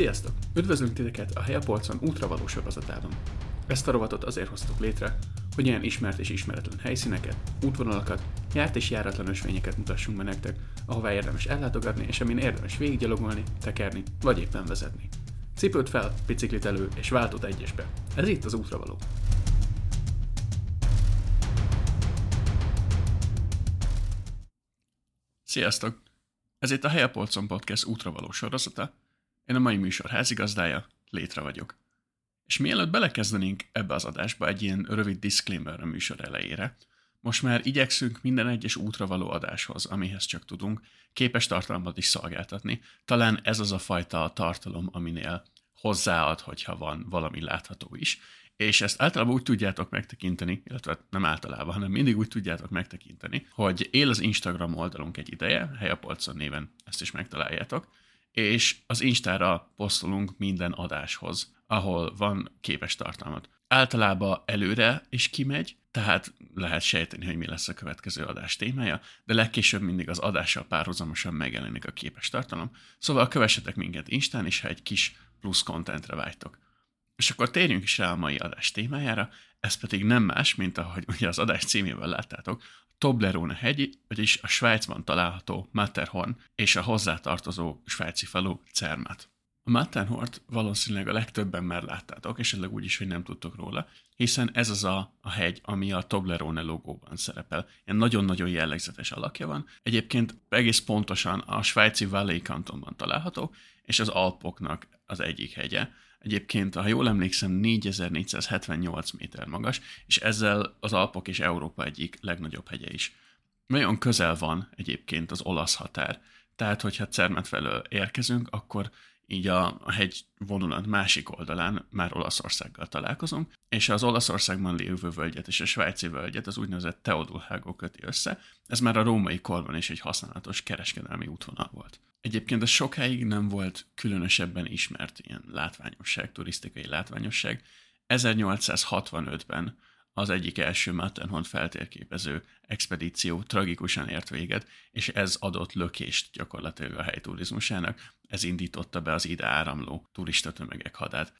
Sziasztok! Üdvözlünk titeket a Helyapolcon útravaló sorozatában. Ezt a rovatot azért hoztuk létre, hogy olyan ismert és ismeretlen helyszíneket, útvonalakat, járt és járatlan ösvényeket mutassunk be nektek, ahová érdemes ellátogatni és amin érdemes végiggyalogolni, tekerni vagy éppen vezetni. Cipőt fel, biciklit elő és váltót egyesbe. Ez itt az útravaló. Sziasztok! Ez itt a Helyapolcon podcast útravaló sorozata. Én a mai műsor házigazdája, Létre vagyok. És mielőtt belekezdenénk ebbe az adásba egy ilyen rövid disclaimer a műsor elejére, most már igyekszünk minden egyes útravaló adáshoz, amihez csak tudunk, képes tartalmat is szolgáltatni. Talán ez az a fajta tartalom, aminél hozzáad, hogyha van valami látható is. És ezt általában úgy tudjátok megtekinteni, illetve nem általában, hanem mindig úgy tudjátok megtekinteni, hogy él az Instagram oldalunk egy ideje, Helyapolcon néven ezt is megtaláljátok, és az Instára posztolunk minden adáshoz, ahol van képes tartalmat. Általában előre is kimegy, tehát lehet sejteni, hogy mi lesz a következő adás témája, de legkésőbb mindig az adással párhuzamosan megjelenik a képes tartalom, szóval kövessetek minket Instán is, ha egy kis plusz contentre vágytok. És akkor térjünk is rá a mai adás témájára, ez pedig nem más, mint ahogy ugye az adás címéből láttátok, Toblerone hegy, vagyis a Svájcban található Matterhorn és a hozzátartozó svájci falu Zermatt. A Matterhornt valószínűleg a legtöbben már láttátok, és esetleg úgy is, hogy nem tudtok róla, hiszen ez az a hegy, ami a Toblerone logóban szerepel. Ilyen nagyon-nagyon jellegzetes alakja van. Egyébként egész pontosan a svájci Valais kantonban található, és az Alpoknak az egyik hegye. Egyébként, ha jól emlékszem, 4478 méter magas, és ezzel az Alpok és Európa egyik legnagyobb hegye is. Nagyon közel van egyébként az olasz határ, tehát hogyha Zermatt felől érkezünk, akkor így a hegy vonulat másik oldalán már Olaszországgal találkozunk, és az Olaszországban lévő völgyet és a svájci völgyet az úgynevezett Theodulhágó köti össze, ez már a római korban is egy használatos kereskedelmi útvonal volt. Egyébként ez sokáig nem volt különösebben ismert ilyen látványosság, turisztikai látványosság. 1865-ben az egyik első Matterhorn feltérképező expedíció tragikusan ért véget, és ez adott lökést gyakorlatilag a hely turizmusának, ez indította be az ide áramló turistatömegek hadát.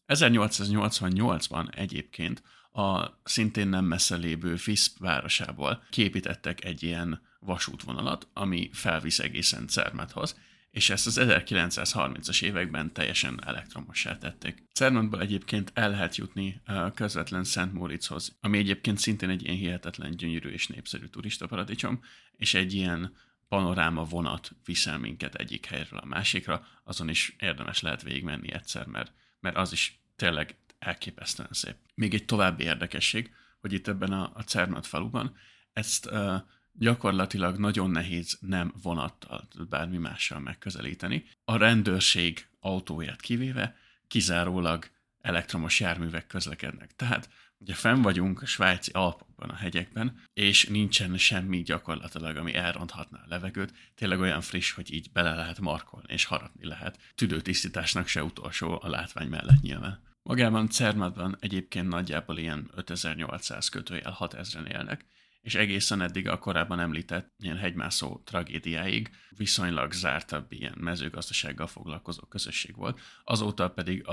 1888-ban egyébként a szintén nem messze lévő Visp városából képítettek egy ilyen vasútvonalat, ami felvisz egészen Zermatthoz, és ezt az 1930-as években teljesen elektromossá tették. Zermattból egyébként el lehet jutni közvetlen Szent Moritzhoz, ami egyébként szintén egy ilyen hihetetlen gyönyörű és népszerű turistaparadicsom, és egy ilyen panoráma vonat viszel minket egyik helyről a másikra, azon is érdemes lehet végigmenni egyszer, mert az is tényleg elképesztően szép. Még egy további érdekesség, hogy itt ebben a Zermatt faluban ezt gyakorlatilag nagyon nehéz nem vonattal, bármi mással megközelíteni. A rendőrség autóját kivéve kizárólag elektromos járművek közlekednek. Tehát ugye fenn vagyunk a svájci Alpokban, a hegyekben, és nincsen semmi gyakorlatilag, ami elronthatná a levegőt. Tényleg olyan friss, hogy így bele lehet markolni és harapni lehet. Tüdőtisztításnak se utolsó a látvány mellett nyilván. Magában Zermattban egyébként nagyjából ilyen 5800 kötőjel 6000-en élnek, és egészen eddig a korábban említett ilyen hegymászó tragédiáig viszonylag zártabb ilyen mezőgazdasággal foglalkozó közösség volt, azóta pedig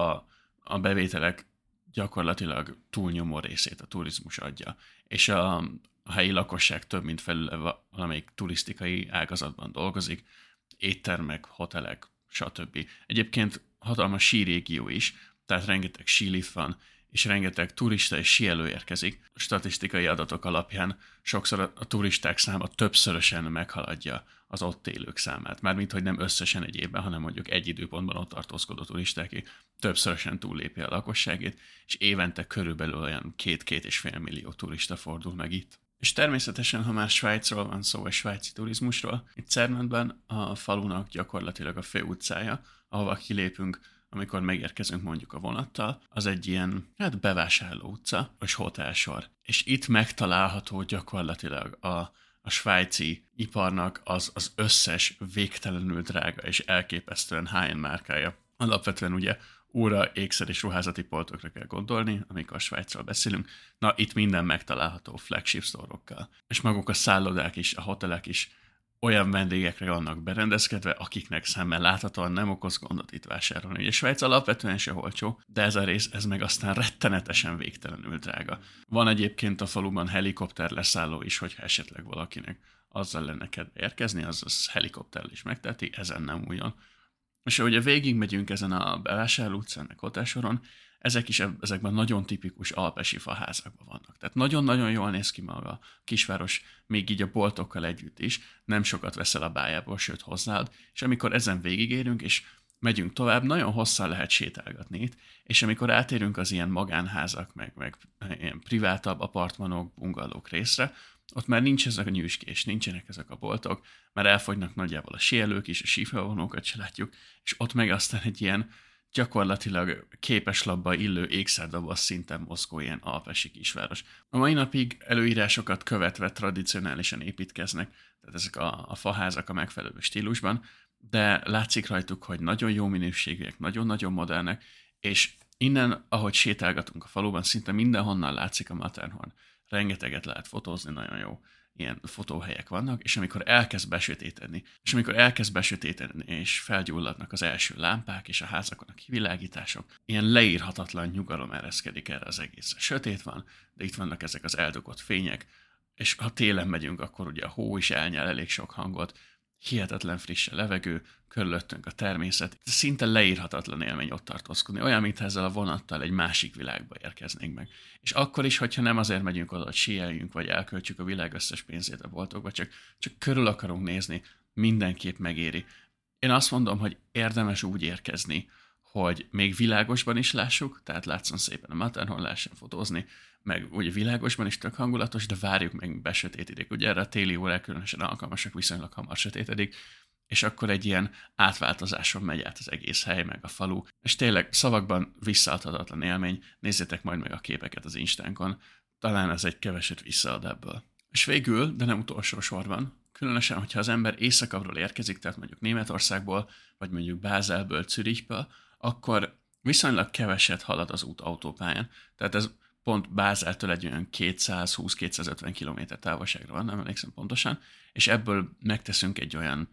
a bevételek gyakorlatilag túlnyomó részét a turizmus adja, és a helyi lakosság több mint felül valamelyik turisztikai ágazatban dolgozik, éttermek, hotelek, stb. Egyébként hatalmas sírégió is, tehát rengeteg sílift van, és rengeteg turista és síelő érkezik. A statisztikai adatok alapján sokszor a turisták száma többszörösen meghaladja az ott élők számát. Mármint, hogy nem összesen egy évben, hanem mondjuk egy időpontban ott tartózkodó turistáké többszörösen túllépi a lakosságét, és évente körülbelül olyan 2-2,5 millió turista fordul meg itt. És természetesen, ha már Svájcról van szó, és svájci turizmusról, itt Zermattban a falunak gyakorlatilag a fő utcája, ahova kilépünk, amikor megérkezünk mondjuk a vonattal, az egy ilyen bevásárló utca, és hotelsor. És itt megtalálható gyakorlatilag a svájci iparnak az összes végtelenül drága és elképesztően high-end márkája. Alapvetően ugye óra, ékszer és ruházati poltokra kell gondolni, amikor Svájcról beszélünk. Na, itt minden megtalálható flagship store-okkal. És maguk a szállodák is, a hotelek is olyan vendégekre vannak berendezkedve, akiknek szemmel láthatóan nem okoz gondot itt vásárolni. Ugye Svájc alapvetően se olcsó, de ez a rész, ez meg aztán rettenetesen végtelenül drága. Van egyébként a faluban helikopter leszálló is, hogyha esetleg valakinek azzal lenne kedve érkezni, az helikopterrel is megteheti, ezen nem újon. És ahogy végig megyünk ezen a bevásárló utcán, meg hotelsoron, ezek is ezekben nagyon tipikus alpesi faházakban vannak. Tehát nagyon-nagyon jól néz ki maga a kisváros, még így a boltokkal együtt is, nem sokat veszel a bájából, sőt hozzáad, és amikor ezen végigérünk, és megyünk tovább, nagyon hosszan lehet sétálgatni itt, és amikor átérünk az ilyen magánházak, meg ilyen privátabb apartmanok, bungalók részre, ott már nincs ezek a nyüskés, nincsenek ezek a boltok, már elfogynak nagyjából a síelők is, a sífelvonókat se látjuk, és ott meg aztán egy ilyen gyakorlatilag képeslapba illő ékszerdoboz szinten mozgó ilyen alpesi kisváros. A mai napig előírásokat követve tradicionálisan építkeznek, tehát ezek a faházak a megfelelő stílusban, de látszik rajtuk, hogy nagyon jó minőségűek, nagyon-nagyon modernek, és innen, ahogy sétálgatunk a faluban, szinte mindenhonnan látszik a Matterhorn. Rengeteget lehet fotózni, nagyon jó ilyen fotóhelyek vannak, és amikor elkezd besötétedni, és felgyulladnak az első lámpák, és a házakon a kivilágítások, ilyen leírhatatlan nyugalom ereszkedik erre az egész. Sötét van, de itt vannak ezek az eldugott fények, és ha télen megyünk, akkor ugye a hó is elnyel elég sok hangot, hihetetlen friss a levegő, körülöttünk a természet. Szinte leírhatatlan élmény ott tartózkodni, olyan, mintha ezzel a vonattal egy másik világba érkeznénk meg. És akkor is, hogyha nem azért megyünk oda, hogy síeljünk, vagy elköltsük a világ összes pénzét a boltokba, csak körül akarunk nézni, mindenképp megéri. Én azt mondom, hogy érdemes úgy érkezni, hogy még világosban is lássuk, tehát látszon szépen a Matterhorn, lehessen fotózni, meg ugye világosban is tök hangulatos, de várjuk meg besötétedik. Ugye erre a téli órák különösen alkalmasak, viszonylag hamar sötétedik, és akkor egy ilyen átváltozáson megy át az egész hely, meg a falu. És tényleg szavakban visszaadhatatlan élmény, nézzétek majd meg a képeket az Instánkon, talán ez egy keveset visszaad ebből. És végül, de nem utolsó sorban, különösen, hogyha az ember északabbról érkezik, tehát mondjuk Németországból, vagy mondjuk Bázelből, Zürichből, akkor viszonylag keveset halad az út autópályán. Tehát ez pont Bázeltől egy olyan 220-250 km távolságra van, nem emlékszem pontosan, és ebből megteszünk egy olyan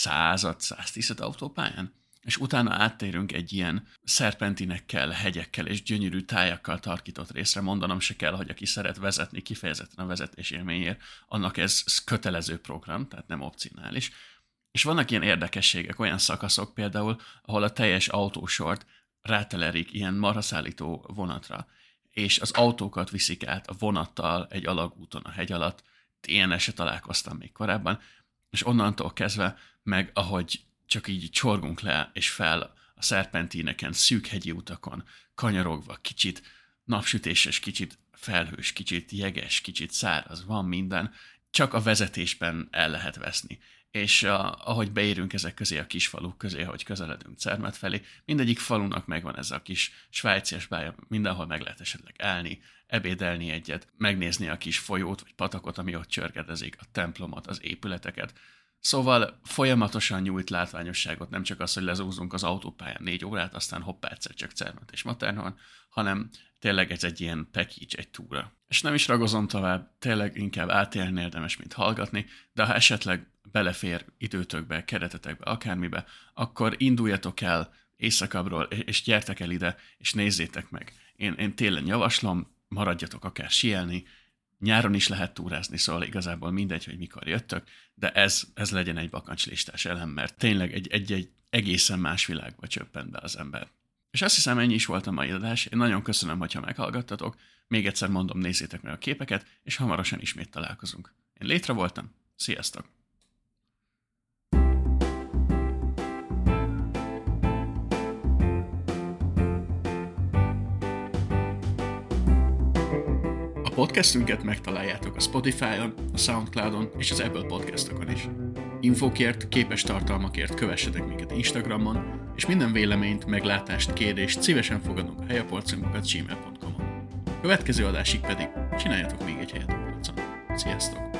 100-110 autópályán, és utána áttérünk egy ilyen szerpentinekkel, hegyekkel és gyönyörű tájakkal tarkított részre. Mondanom se kell, hogy aki szeret vezetni kifejezetten a vezetés élményért, annak ez kötelező program, tehát nem opcionális. És vannak ilyen érdekességek, olyan szakaszok például, ahol a teljes autósort rátelerik ilyen marhaszállító vonatra, és az autókat viszik át a vonattal egy alagúton a hegy alatt. Ilyennel se találkoztam még korábban, és onnantól kezdve meg, ahogy csak így csorgunk le és fel a szerpentineken, szűk hegyi utakon, kanyarogva, kicsit napsütéses, kicsit felhős, kicsit jeges, kicsit száraz, van minden, csak a vezetésben el lehet veszni. És ahogy beérünk ezek közé a kis faluk közé, ahogy közeledünk Zermatt felé, mindegyik falunak megvan ez a kis svájcias bája, mindenhol meg lehet esetleg állni, ebédelni egyet, megnézni a kis folyót vagy patakot, ami ott csörgedezik, a templomot, az épületeket. Szóval folyamatosan nyújt látványosságot, nem csak az, hogy lezúzunk az autópályán 4 órát, aztán hoppá, egyszer csak Zermatt és Matterhorn, hanem tényleg ez egy ilyen package, egy túra. És nem is ragozom tovább, tényleg inkább átélni érdemes, mint hallgatni, de ha esetleg belefér időtökbe, keretetekbe, akármibe, akkor induljatok el északabbról, és gyertek el ide, és nézzétek meg. Én télen javaslom, maradjatok akár síelni, nyáron is lehet túrázni, szóval igazából mindegy, hogy mikor jöttök, de ez legyen egy bakancslistás elem, mert tényleg egy egészen más világba csöppent be az ember. És azt hiszem, ennyi is volt a mai adás. Én nagyon köszönöm, hogyha meghallgattatok. Még egyszer mondom, nézzétek meg a képeket, és hamarosan ismét találkozunk. Én Létre voltam. Sziasztok! A podcastünket megtaláljátok a Spotify-on, a Soundcloud-on és az Apple podcastokon is. Infókért, képes tartalmakért kövessetek minket Instagramon, és minden véleményt, meglátást, kérdést szívesen fogadunk a helyaporcunkat gmail.com-on. Következő adásig pedig csináljatok még egy helyet a polcon. Sziasztok!